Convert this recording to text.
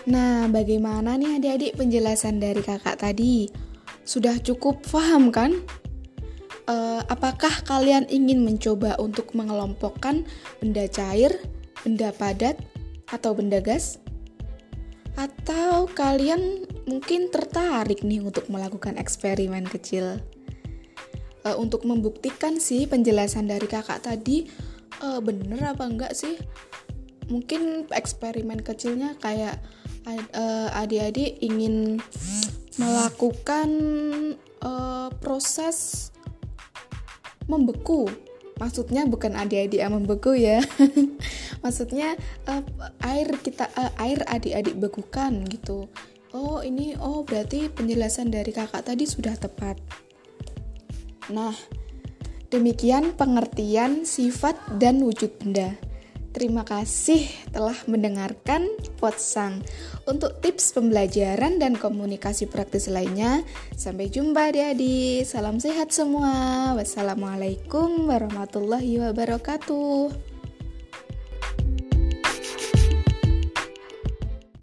Nah, bagaimana nih adik-adik penjelasan dari kakak tadi? Sudah cukup paham kan? Apakah kalian ingin mencoba untuk mengelompokkan benda cair, benda padat, atau benda gas? Atau kalian mungkin tertarik nih untuk melakukan eksperimen kecil? Untuk membuktikan sih penjelasan dari kakak tadi bener apa enggak sih? Mungkin eksperimen kecilnya kayak adik-adik ingin melakukan proses membeku. Maksudnya bukan adik-adik yang membeku ya. Maksudnya air adik-adik bekukan gitu. Berarti penjelasan dari kakak tadi sudah tepat. Nah, demikian pengertian sifat dan wujud benda. Terima kasih telah mendengarkan Potsang. Untuk tips pembelajaran dan komunikasi praktis lainnya, sampai jumpa adik-adik. Salam sehat semua. Wassalamualaikum warahmatullahi wabarakatuh.